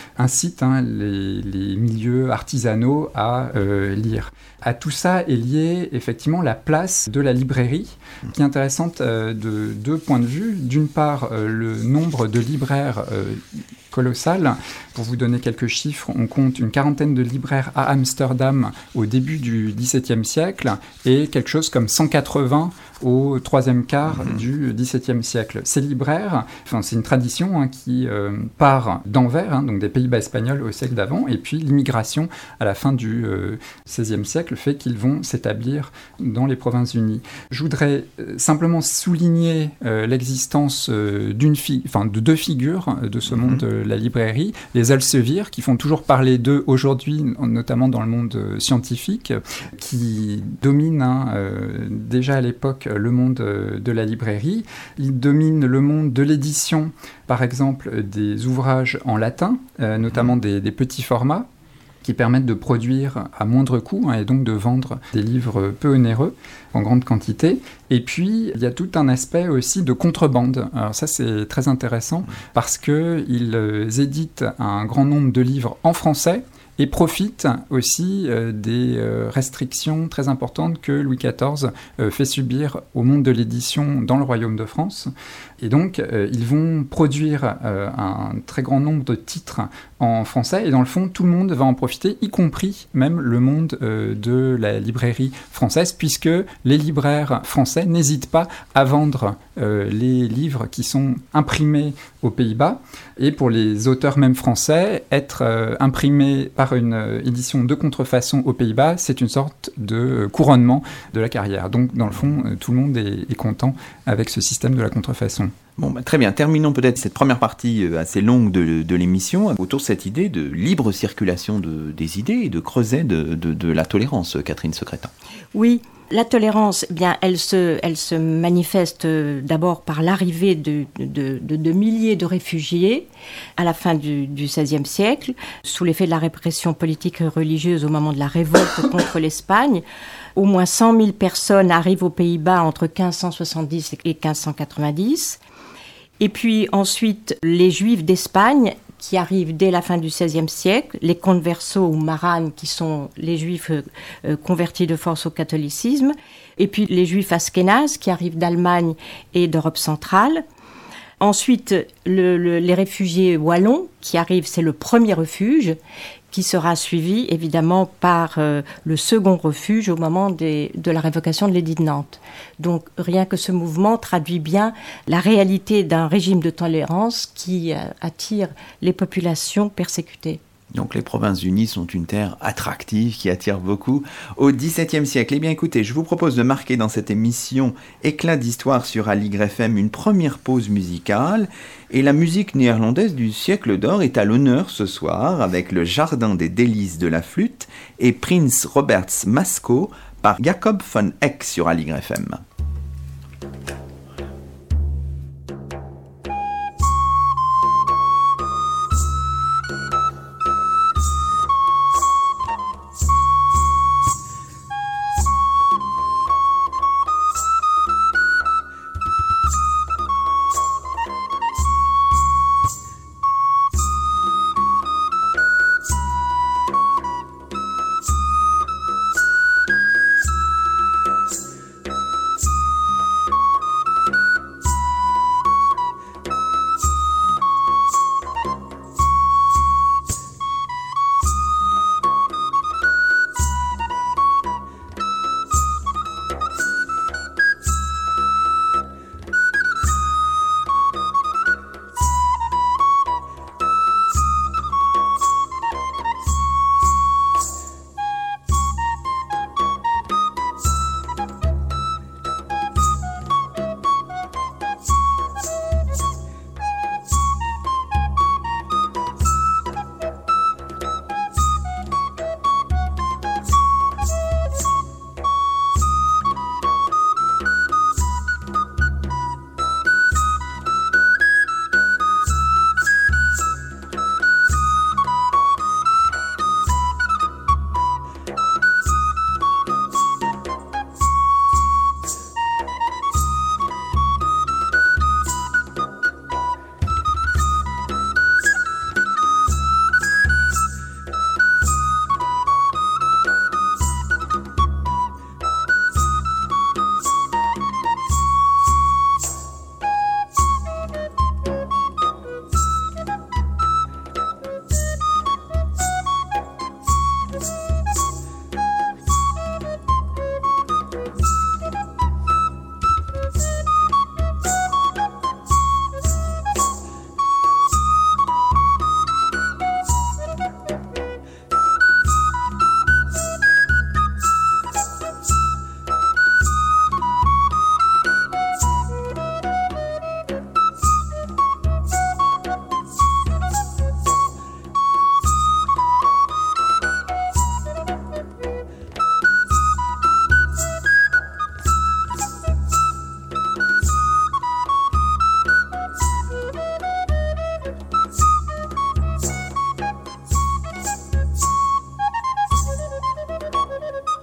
incite hein, les, les milieux artisanaux à euh, lire. À tout ça est liée effectivement la place de la librairie, qui est intéressante euh, de deux points de vue. D'une part, euh, le nombre de libraires euh, colossal. Pour vous donner quelques chiffres, on compte une quarantaine de libraires à Amsterdam au début du dix-septième siècle et quelque chose comme cent quatre-vingts au troisième quart mmh. du dix-septième siècle. Ces libraires, enfin, c'est une tradition hein, qui euh, part d'Anvers, hein, donc des Pays-Bas espagnols au siècle d'avant, et puis l'immigration à la fin du euh, seizième siècle fait qu'ils vont s'établir dans les Provinces-Unies. Je voudrais euh, simplement souligner euh, l'existence euh, d'une fi- enfin, de deux figures de ce mmh. monde de la librairie, les Elsevier, qui font toujours parler d'eux aujourd'hui, notamment dans le monde euh, scientifique, qui dominent hein, euh, déjà à l'époque le monde de la librairie. Il domine le monde de l'édition, par exemple, des ouvrages en latin, euh, notamment des, des petits formats, qui permettent de produire à moindre coût hein, et donc de vendre des livres peu onéreux en grande quantité. Et puis, il y a tout un aspect aussi de contrebande. Alors ça, c'est très intéressant parce qu'ils euh, éditent un grand nombre de livres en français et profitent aussi euh, des euh, restrictions très importantes que Louis quatorze euh, fait subir au monde de l'édition dans le Royaume de France. Et donc, euh, ils vont produire euh, un très grand nombre de titres en français. Et dans le fond, tout le monde va en profiter, y compris même le monde euh, de la librairie française, puisque les libraires français n'hésitent pas à vendre euh, les livres qui sont imprimés aux Pays-Bas. Et pour les auteurs même français, être euh, imprimé par une euh, édition de contrefaçon aux Pays-Bas, c'est une sorte de euh, couronnement de la carrière. Donc, dans le fond, euh, tout le monde est, est content avec ce système de la contrefaçon. Bon, bah, très bien. Terminons peut-être cette première partie assez longue de, de l'émission autour de cette idée de libre circulation de, des idées et de creuset de, de, de la tolérance, Catherine Secrétan. Oui, la tolérance, eh bien, elle se, elle se manifeste d'abord par l'arrivée de, de, de, de milliers de réfugiés à la fin du, du seizième siècle, sous l'effet de la répression politique et religieuse au moment de la révolte contre l'Espagne. Au moins cent mille personnes arrivent aux Pays-Bas entre quinze cent soixante-dix et quinze cent quatre-vingt-dix. Et puis ensuite, les Juifs d'Espagne qui arrivent dès la fin du seizième siècle, les conversos ou maranes qui sont les Juifs euh, convertis de force au catholicisme, et puis les Juifs askénazes qui arrivent d'Allemagne et d'Europe centrale. Ensuite, le, le, les réfugiés wallons qui arrivent, c'est le premier refuge, qui sera suivi évidemment par euh, le second refuge au moment des, de la révocation de l'édit de Nantes. Donc rien que ce mouvement traduit bien la réalité d'un régime de tolérance qui euh, attire les populations persécutées. Donc les Provinces-Unies sont une terre attractive qui attire beaucoup au dix-septième siècle. Eh bien écoutez, je vous propose de marquer dans cette émission Éclat d'histoire sur Aligre F M une première pause musicale. Et la musique néerlandaise du siècle d'or est à l'honneur ce soir avec le Jardin des délices de la flûte et Prince Roberts Masco par Jacob von Eck sur Aligre F M.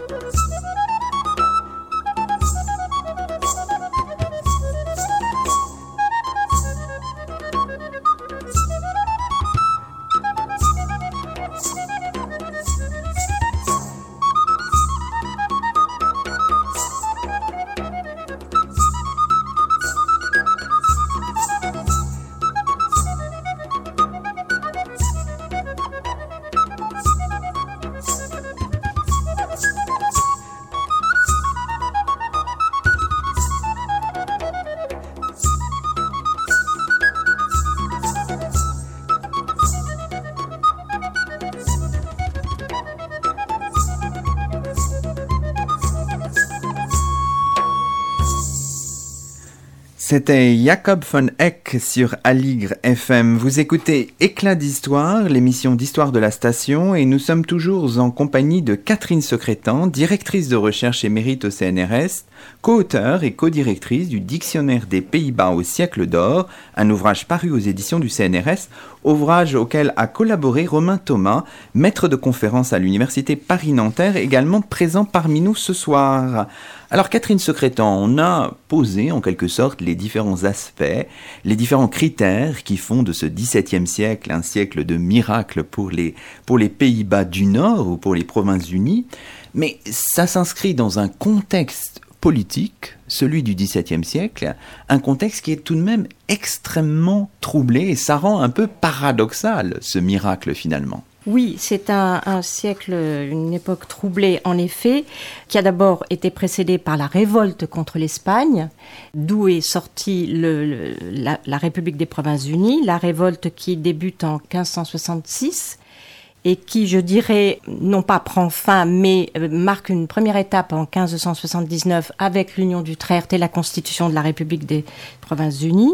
C'était Jacob von Eck sur Aligre F M. Vous écoutez Éclat d'Histoire, l'émission d'histoire de la station, et nous sommes toujours en compagnie de Catherine Secrétan, directrice de recherche émérite au C N R S, co-auteure et co-directrice du Dictionnaire des Pays-Bas au siècle d'or, un ouvrage paru aux éditions du C N R S, ouvrage auquel a collaboré Romain Thomas, maître de conférence à l'Université Paris-Nanterre, également présent parmi nous ce soir. Alors Catherine Secrétan, on a posé en quelque sorte les différents aspects, les différents critères qui font de ce dix-septième siècle un siècle de miracle pour les, pour les Pays-Bas du Nord ou pour les Provinces-Unies, mais ça s'inscrit dans un contexte politique, celui du dix-septième siècle, un contexte qui est tout de même extrêmement troublé et ça rend un peu paradoxal ce miracle finalement. Oui, c'est un, un siècle, une époque troublée en effet, qui a d'abord été précédée par la révolte contre l'Espagne, d'où est sortie le, le, la, la République des Provinces-Unies, la révolte qui débute en quinze cent soixante-six et qui, je dirais, non pas prend fin, mais marque une première étape en quinze cent soixante-dix-neuf avec l'Union d'Utrecht et la constitution de la République des Provinces-Unies.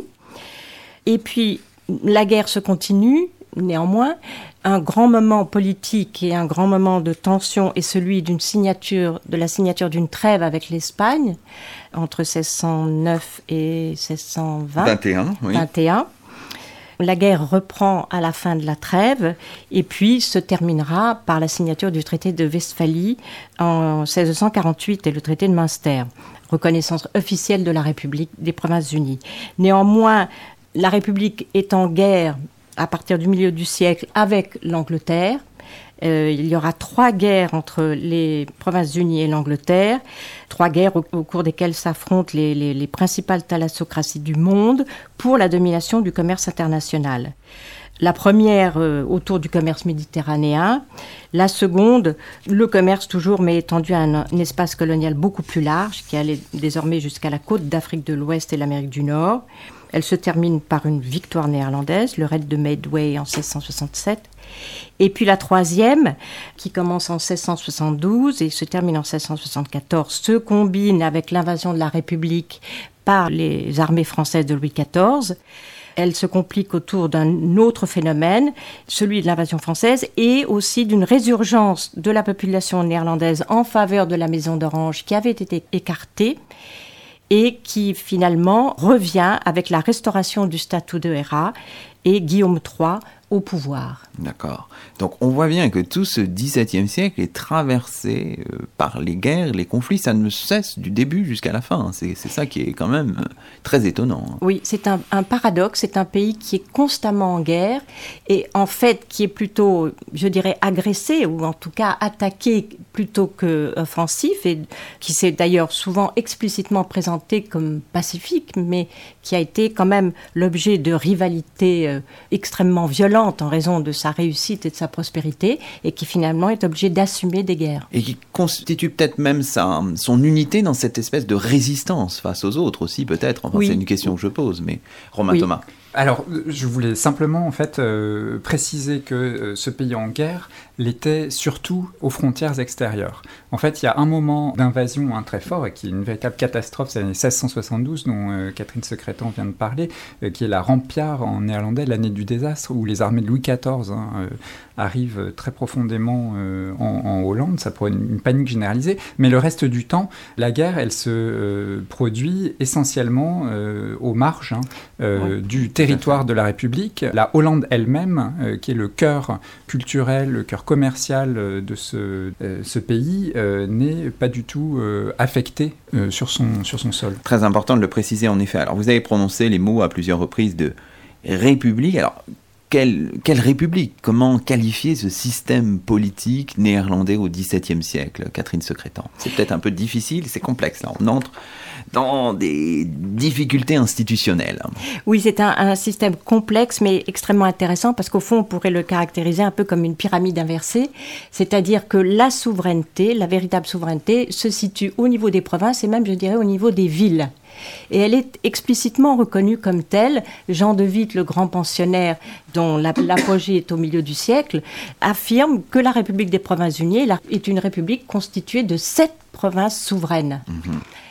Et puis, la guerre se continue. Néanmoins, un grand moment politique et un grand moment de tension est celui d'une signature, de la signature d'une trêve avec l'Espagne entre seize cent neuf et seize cent vingt. vingt et un, oui. vingt et un. La guerre reprend à la fin de la trêve et puis se terminera par la signature du traité de Westphalie en seize cent quarante-huit et le traité de Münster, reconnaissance officielle de la République des Provinces-Unies. Néanmoins, la République est en guerre à partir du milieu du siècle avec l'Angleterre. Euh, il y aura trois guerres entre les Provinces-Unies et l'Angleterre, trois guerres au, au cours desquelles s'affrontent les, les, les principales thalassocraties du monde pour la domination du commerce international. La première euh, autour du commerce méditerranéen, la seconde, le commerce toujours, mais étendu à un, un espace colonial beaucoup plus large, qui allait désormais jusqu'à la côte d'Afrique de l'Ouest et l'Amérique du Nord. Elle se termine par une victoire néerlandaise, le raid de Medway en seize cent soixante-sept. Et puis la troisième, qui commence en seize cent soixante-douze et se termine en seize cent soixante-quatorze, se combine avec l'invasion de la République par les armées françaises de Louis quatorze. Elle se complique autour d'un autre phénomène, celui de l'invasion française, et aussi d'une résurgence de la population néerlandaise en faveur de la Maison d'Orange qui avait été écartée et qui finalement revient avec la restauration du statut de Hérat et Guillaume trois au pouvoir. D'accord. Donc on voit bien que tout ce dix-septième siècle est traversé euh, par les guerres, les conflits, ça ne cesse du début jusqu'à la fin. C'est, c'est ça qui est quand même euh, très étonnant. Oui, c'est un, un paradoxe, c'est un pays qui est constamment en guerre et en fait qui est plutôt, je dirais, agressé ou en tout cas attaqué plutôt qu'offensif et qui s'est d'ailleurs souvent explicitement présenté comme pacifique mais qui a été quand même l'objet de rivalités euh, extrêmement violentes en raison de sa réussite et de sa prospérité, et qui finalement est obligé d'assumer des guerres. Et qui constitue peut-être même sa, son unité dans cette espèce de résistance face aux autres aussi, peut-être. Enfin, oui. C'est une question que je pose, mais Romain oui. Thomas. Alors, je voulais simplement en fait euh, préciser que euh, ce pays en guerre l'était surtout aux frontières extérieures. En fait, il y a un moment d'invasion hein, très fort, et qui est une véritable catastrophe, c'est l'année seize cent soixante-douze, dont euh, Catherine Secrétan vient de parler, euh, qui est la Rampjaar en néerlandais, l'année du désastre, où les armées de Louis quatorze hein, euh, arrivent très profondément euh, en, en Hollande, ça pourrait une, une panique généralisée, mais le reste du temps, la guerre, elle se euh, produit essentiellement euh, aux marges hein, euh, ouais. du territoire territoire de la République. La Hollande elle-même, euh, qui est le cœur culturel, le cœur commercial euh, de ce, euh, ce pays, euh, n'est pas du tout euh, affectée euh, sur, son, sur son sol. Très important de le préciser en effet. Alors vous avez prononcé les mots à plusieurs reprises de république. Alors quelle, quelle république? Comment qualifier ce système politique néerlandais au dix-septième siècle, Catherine Secrétan? C'est peut-être un peu difficile, c'est complexe là. On entre dans des difficultés institutionnelles. Oui, c'est un, un système complexe mais extrêmement intéressant parce qu'au fond, on pourrait le caractériser un peu comme une pyramide inversée, c'est-à-dire que la souveraineté, la véritable souveraineté, se situe au niveau des provinces et même, je dirais, au niveau des villes. Et elle est explicitement reconnue comme telle. Jean de Witt, le grand pensionnaire dont l'apogée est au milieu du siècle, affirme que la République des Provinces-Unies est une république constituée de sept provinces souveraines. Mmh.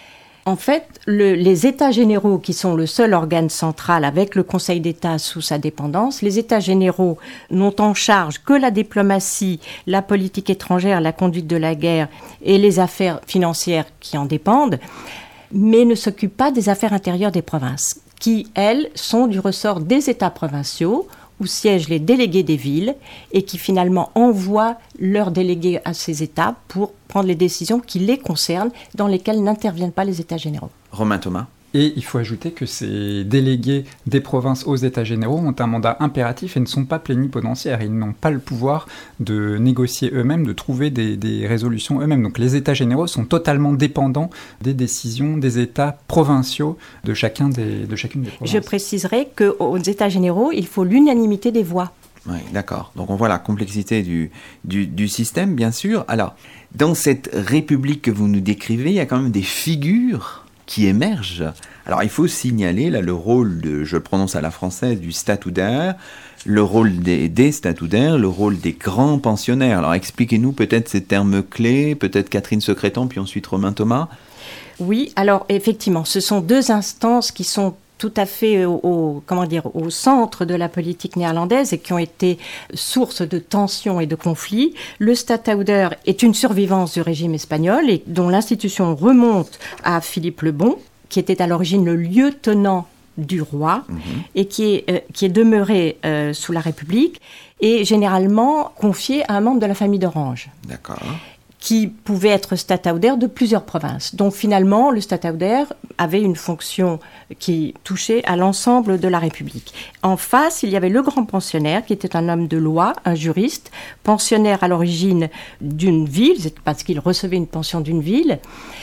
En fait, le, les États généraux, qui sont le seul organe central avec le Conseil d'État sous sa dépendance, les États généraux n'ont en charge que la diplomatie, la politique étrangère, la conduite de la guerre et les affaires financières qui en dépendent, mais ne s'occupent pas des affaires intérieures des provinces, qui, elles, sont du ressort des États provinciaux, où siègent les délégués des villes et qui finalement envoient leurs délégués à ces États pour prendre les décisions qui les concernent, dans lesquelles n'interviennent pas les États généraux. Romain Thomas. Et il faut ajouter que ces délégués des provinces aux États généraux ont un mandat impératif et ne sont pas plénipotentiaires. Ils n'ont pas le pouvoir de négocier eux-mêmes, de trouver des, des résolutions eux-mêmes. Donc les États généraux sont totalement dépendants des décisions des États provinciaux de, chacun des, de chacune des provinces. Je préciserai qu'aux États généraux, il faut l'unanimité des voix. Oui, d'accord. Donc on voit la complexité du, du, du système, bien sûr. Alors, dans cette république que vous nous décrivez, il y a quand même des figures qui émergent. Alors il faut signaler là le rôle de, je le prononce à la française, du statutaire, le rôle des, des statutaires, le rôle des grands pensionnaires. Alors expliquez-nous peut-être ces termes clés, peut-être Catherine Secrétan, puis ensuite Romain Thomas. Oui, alors effectivement, ce sont deux instances qui sont tout à fait au, au, comment dire, au centre de la politique néerlandaise et qui ont été source de tensions et de conflits. Le Stadhouder est une survivance du régime espagnol et dont l'institution remonte à Philippe le Bon, qui était à l'origine le lieutenant du roi mmh. et qui est, euh, qui est demeuré euh, sous la République et généralement confié à un membre de la famille d'Orange. D'accord. Qui pouvait être Stadhouder de plusieurs provinces. Donc finalement, le Stadhouder avait une fonction qui touchait à l'ensemble de la République. En face, il y avait le grand pensionnaire, qui était un homme de loi, un juriste, pensionnaire à l'origine d'une ville, parce qu'il recevait une pension d'une ville,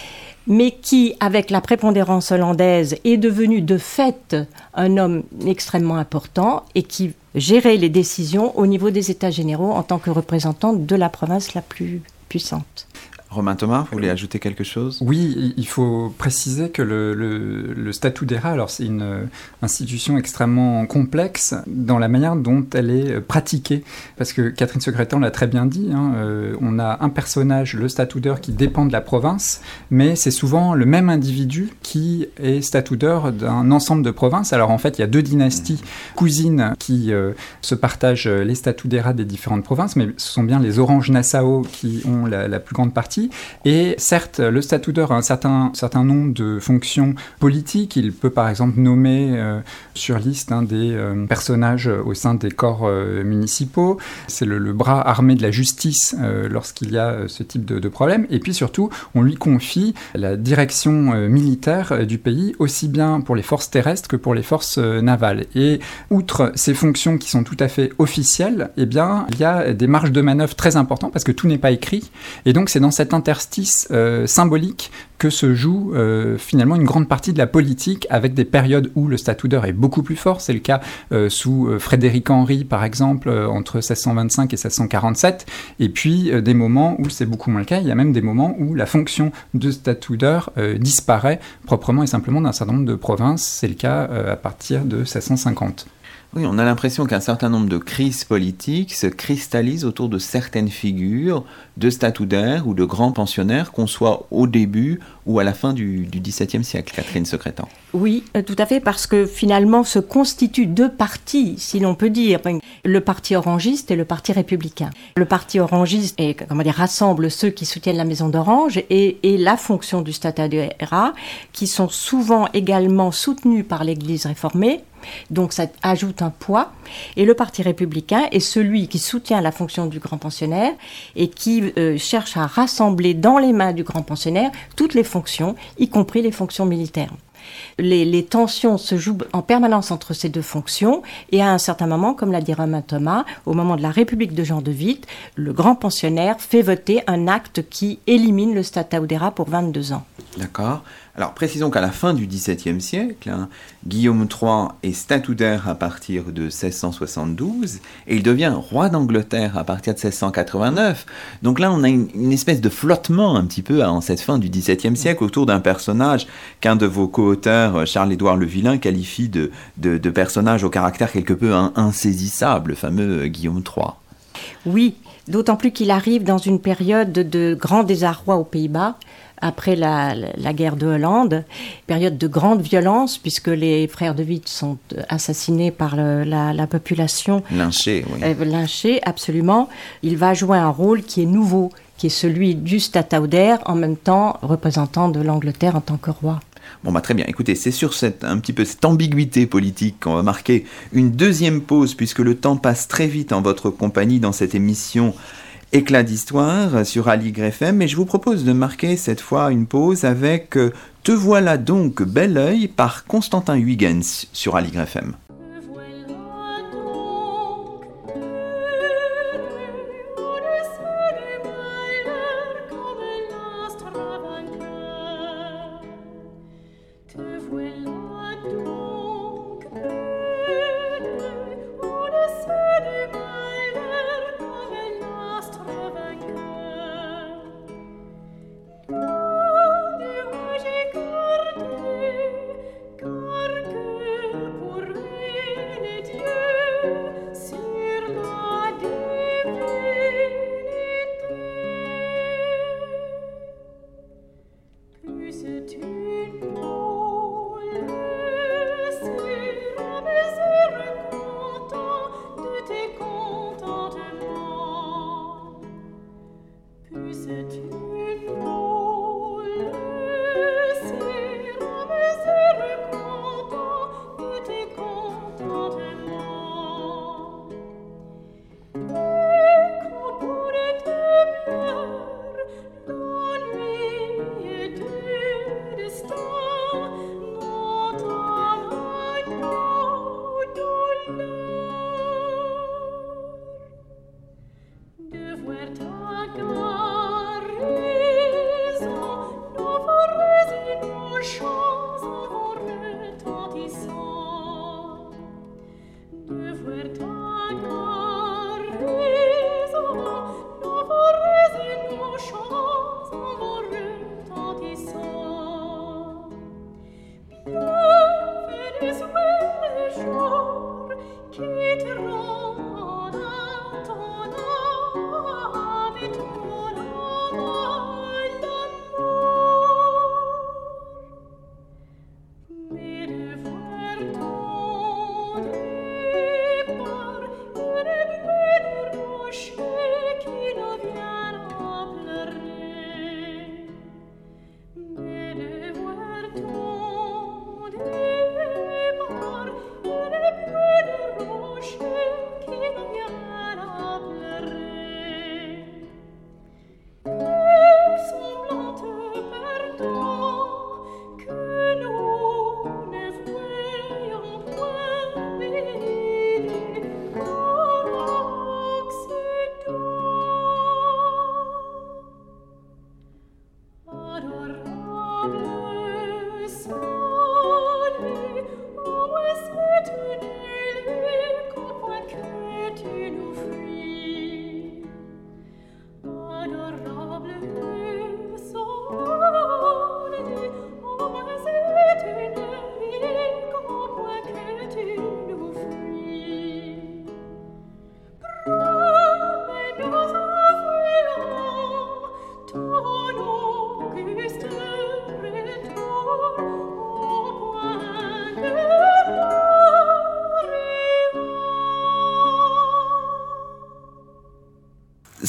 mais qui, avec la prépondérance hollandaise, est devenu de fait un homme extrêmement important et qui gérait les décisions au niveau des États généraux en tant que représentant de la province la plus puissante. Romain Thomas, vous voulez ajouter quelque chose ? Oui, il faut préciser que le, le, le Statuderat, alors c'est une euh, institution extrêmement complexe dans la manière dont elle est pratiquée. Parce que Catherine Secrétan l'a très bien dit, hein, euh, on a un personnage, le Statuder, qui dépend de la province, mais c'est souvent le même individu qui est Statuder d'un ensemble de provinces. Alors en fait, il y a deux dynasties cousines qui euh, se partagent les Statuderats des différentes provinces, mais ce sont bien les Orange-Nassau qui ont la, la plus grande partie. Et certes, le Statuder a un certain, certain nombre de fonctions politiques. Il peut par exemple nommer euh, sur liste hein, des euh, personnages au sein des corps euh, municipaux. C'est le, le bras armé de la justice euh, lorsqu'il y a euh, ce type de, de problème. Et puis surtout, on lui confie la direction euh, militaire euh, du pays, aussi bien pour les forces terrestres que pour les forces euh, navales. Et outre ces fonctions qui sont tout à fait officielles, eh bien, il y a des marges de manœuvre très importantes parce que tout n'est pas écrit. Et donc, c'est dans cette interstice euh, symbolique que se joue euh, finalement une grande partie de la politique avec des périodes où le Statuder est beaucoup plus fort. C'est le cas euh, sous euh, Frédéric Henry, par exemple, euh, entre seize cent vingt-cinq et seize cent quarante-sept. Et puis, euh, des moments où c'est beaucoup moins le cas. Il y a même des moments où la fonction de Statuder euh, disparaît proprement et simplement d'un certain nombre de provinces. C'est le cas euh, à partir de seize cent cinquante. Oui, on a l'impression qu'un certain nombre de crises politiques se cristallisent autour de certaines figures de statutaires ou de grands pensionnaires, qu'on soit au début ou à la fin du, du XVIIe siècle, Catherine Secrétan. Oui, tout à fait, parce que finalement se constituent deux partis, si l'on peut dire, le parti orangiste et le parti républicain. Le parti orangiste et, comment dire, rassemble ceux qui soutiennent la maison d'Orange et, et la fonction du Statuderat, qui sont souvent également soutenus par l'Église réformée. Donc ça ajoute un poids. Et le Parti républicain est celui qui soutient la fonction du grand pensionnaire et qui euh, cherche à rassembler dans les mains du grand pensionnaire toutes les fonctions, y compris les fonctions militaires. Les, les tensions se jouent en permanence entre ces deux fonctions et à un certain moment, comme l'a dit Romain Thomas, au moment de la République de Jean de Witt, le grand pensionnaire fait voter un acte qui élimine le stataudérat pour vingt-deux ans. D'accord. Alors précisons qu'à la fin du XVIIe siècle, hein, Guillaume trois est statutaire à partir de seize cent soixante-douze et il devient roi d'Angleterre à partir de seize cent quatre-vingt-neuf. Donc là, on a une, une espèce de flottement un petit peu en cette fin du XVIIe siècle autour d'un personnage qu'un de vos co-auteurs, Charles-Édouard Le Villain, qualifie de, de, de personnage au caractère quelque peu in, insaisissable, le fameux Guillaume trois. Oui, d'autant plus qu'il arrive dans une période de grand désarroi aux Pays-Bas, après la, la guerre de Hollande, période de grande violence, puisque les frères de Witt sont assassinés par le, la, la population. Lynchés, oui. Euh, lynchés, absolument. Il va jouer un rôle qui est nouveau, qui est celui du statutaire, en même temps représentant de l'Angleterre en tant que roi. Bon bah très bien, écoutez, c'est sur cette, un petit peu cette ambiguïté politique qu'on va marquer une deuxième pause, puisque le temps passe très vite en votre compagnie dans cette émission Éclat d'histoire sur Aligre F M, mais je vous propose de marquer cette fois une pause avec euh, Te voilà donc bel œil par Constantin Huygens sur Aligre F M. Car que pour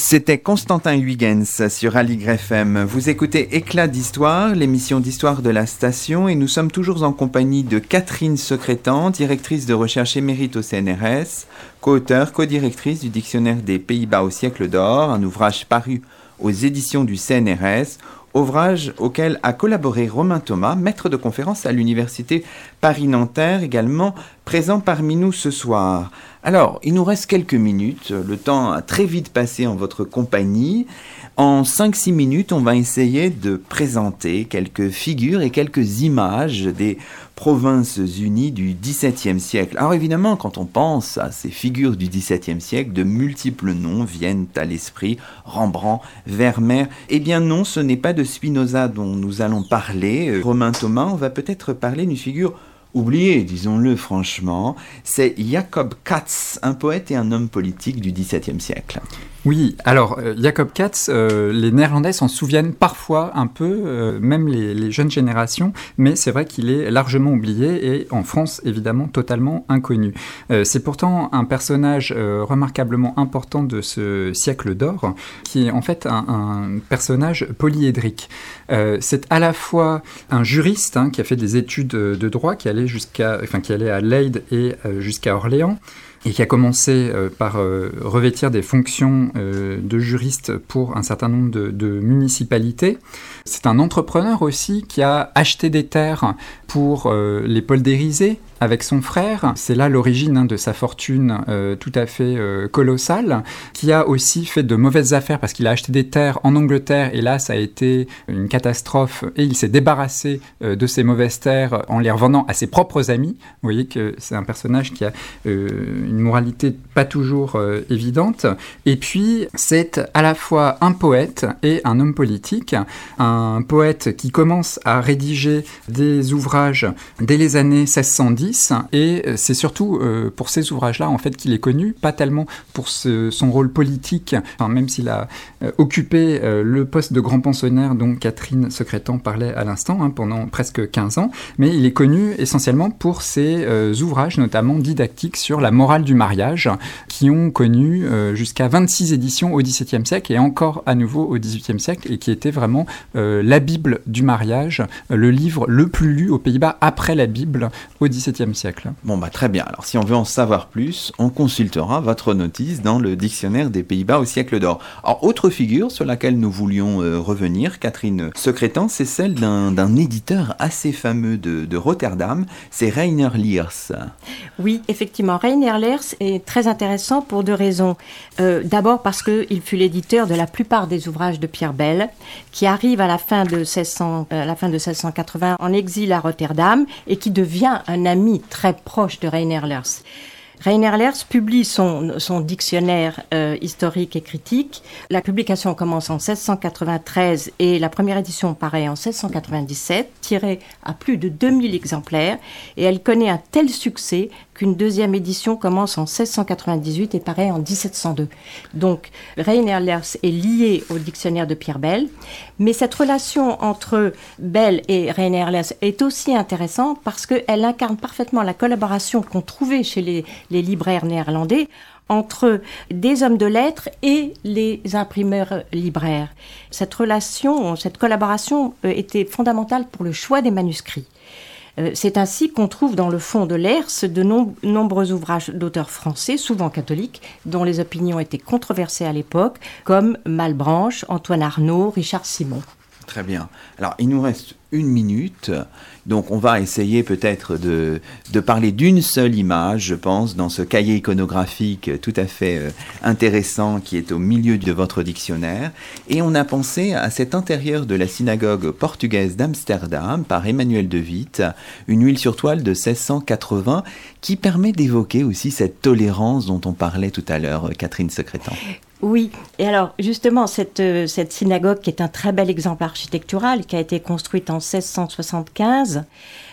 C'était Constantin Huygens sur Aligre F M. Vous écoutez Éclat d'Histoire, l'émission d'histoire de la station, et nous sommes toujours en compagnie de Catherine Secrétan, directrice de recherche émérite au C N R S, co-auteure, co-directrice du Dictionnaire des Pays-Bas au siècle d'or, un ouvrage paru aux éditions du C N R S, ouvrage auquel a collaboré Romain Thomas, maître de conférence à l'Université Paris-Nanterre, également présent parmi nous ce soir. Alors, il nous reste quelques minutes, le temps a très vite passé en votre compagnie. En cinq six minutes, on va essayer de présenter quelques figures et quelques images des provinces unies du dix-septième siècle. Alors évidemment, quand on pense à ces figures du dix-septième siècle, de multiples noms viennent à l'esprit, Rembrandt, Vermeer. Eh bien non, ce n'est pas de Spinoza dont nous allons parler. Euh, Romain Thomas, on va peut-être parler d'une figure oublié, disons-le franchement, c'est Jacob Cats, un poète et un homme politique du dix-septième siècle. Oui, alors euh, Jacob Cats, euh, les Néerlandais s'en souviennent parfois un peu, euh, même les, les jeunes générations, mais c'est vrai qu'il est largement oublié et en France évidemment totalement inconnu. Euh, c'est pourtant un personnage euh, remarquablement important de ce siècle d'or, qui est en fait un, un personnage polyédrique. Euh, c'est à la fois un juriste hein, qui a fait des études de droit, qui allait jusqu'à, enfin qui allait à Leyde et euh, jusqu'à Orléans, et qui a commencé euh, par euh, revêtir des fonctions euh, de juriste pour un certain nombre de, de municipalités. C'est un entrepreneur aussi qui a acheté des terres pour euh, les poldériser avec son frère. C'est là l'origine hein, de sa fortune euh, tout à fait euh, colossale, qui a aussi fait de mauvaises affaires parce qu'il a acheté des terres en Angleterre et là ça a été une catastrophe et il s'est débarrassé euh, de ces mauvaises terres en les revendant à ses propres amis. Vous voyez que c'est un personnage qui a euh, une moralité pas toujours euh, évidente. Et puis c'est à la fois un poète et un homme politique, un poète qui commence à rédiger des ouvrages dès les années seize cent dix. Et c'est surtout euh, pour ces ouvrages-là en fait qu'il est connu, pas tellement pour ce, son rôle politique, enfin, même s'il a euh, occupé euh, le poste de grand pensionnaire dont Catherine Secrétan parlait à l'instant hein, pendant presque quinze ans, mais il est connu essentiellement pour ses euh, ouvrages, notamment didactiques sur la morale du mariage, qui ont connu euh, jusqu'à vingt-six éditions au dix-septième siècle et encore à nouveau au dix-huitième siècle, et qui était vraiment euh, la Bible du mariage, euh, le livre le plus lu aux Pays-Bas après la Bible au dix-septième siècle. Bon bah très bien, alors si on veut en savoir plus, on consultera votre notice dans le Dictionnaire des Pays-Bas au siècle d'or. Alors autre figure sur laquelle nous voulions euh, revenir, Catherine Secrétan, c'est celle d'un, d'un éditeur assez fameux de, de Rotterdam, c'est Reiner Leers. Oui, effectivement, Reiner Leers est très intéressant pour deux raisons. Euh, d'abord parce qu'il fut l'éditeur de la plupart des ouvrages de Pierre Bel, qui arrive à la fin de seize cents, euh, à la fin de seize cent quatre-vingts en exil à Rotterdam et qui devient un ami très proche de Reiner Leers. Reiner Leers publie son, son dictionnaire euh, historique et critique. La publication commence en seize cent quatre-vingt-treize et la première édition paraît en seize cent quatre-vingt-dix-sept, tirée à plus de deux mille exemplaires, et elle connaît un tel succès qu'une deuxième édition commence en seize cent quatre-vingt-dix-huit et paraît en dix-sept cent deux. Donc, Reiner Leers est lié au dictionnaire de Pierre Bel, mais cette relation entre Bel et Reiner Leers est aussi intéressante parce qu'elle incarne parfaitement la collaboration qu'on trouvait chez les, les libraires néerlandais entre des hommes de lettres et les imprimeurs libraires. Cette relation, cette collaboration était fondamentale pour le choix des manuscrits. C'est ainsi qu'on trouve dans le fond de Leers de nom- nombreux ouvrages d'auteurs français, souvent catholiques, dont les opinions étaient controversées à l'époque, comme Malebranche, Antoine Arnauld, Richard Simon. Très bien. Alors, il nous reste une minute, donc on va essayer peut-être de, de parler d'une seule image, je pense, dans ce cahier iconographique tout à fait euh, intéressant qui est au milieu de votre dictionnaire. Et on a pensé à cet intérieur de la synagogue portugaise d'Amsterdam par Emmanuel de Witt, une huile sur toile de seize cent quatre-vingts qui permet d'évoquer aussi cette tolérance dont on parlait tout à l'heure, Catherine Secrétan. Oui, et alors justement, cette, euh, cette synagogue qui est un très bel exemple architectural, qui a été construite en seize cent soixante-quinze,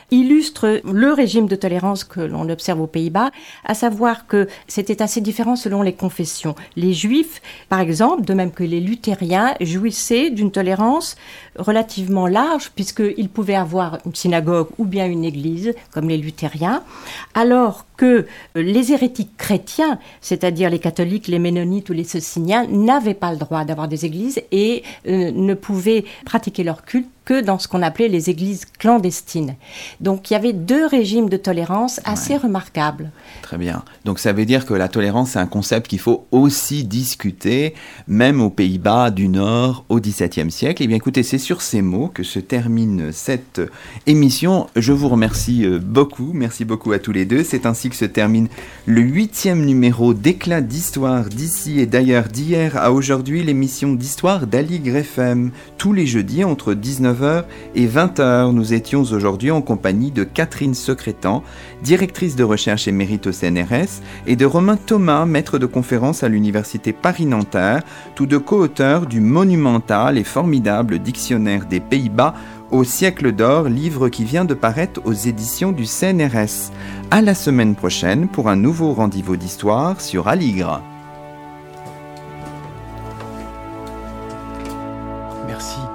illustre le régime de tolérance que l'on observe aux Pays-Bas, à savoir que c'était assez différent selon les confessions. Les Juifs, par exemple, de même que les luthériens, jouissaient d'une tolérance relativement large, puisqu'ils pouvaient avoir une synagogue ou bien une église, comme les luthériens, alors que les hérétiques chrétiens, c'est-à-dire les catholiques, les ménonites ou les sociniens, n'avaient pas le droit d'avoir des églises et euh, ne pouvaient pratiquer leur culte que dans ce qu'on appelait les églises clandestines. Donc il y avait deux régimes de tolérance assez ouais. remarquables. Très bien. Donc ça veut dire que la tolérance, c'est un concept qu'il faut aussi discuter, même aux Pays-Bas du Nord au dix-septième siècle. Eh bien écoutez, c'est sur ces mots que se termine cette émission. Je vous remercie beaucoup. Merci beaucoup à tous les deux. C'est ainsi que se termine le huitième numéro d'Éclat d'Histoire d'ici et d'ailleurs, d'hier à aujourd'hui, l'émission d'Histoire d'Aligre F M. Tous les jeudis entre dix-neuf heures et vingt heures, nous étions aujourd'hui en compagnie de Catherine Secrétan, directrice de recherche émérite au C N R S, et de Romain Thomas, maître de conférence à l'Université Paris-Nanterre, tous deux co-auteurs du monumental et formidable Dictionnaire des Pays-Bas au siècle d'or, livre qui vient de paraître aux éditions du C N R S. À la semaine prochaine pour un nouveau rendez-vous d'histoire sur Aligre. Merci.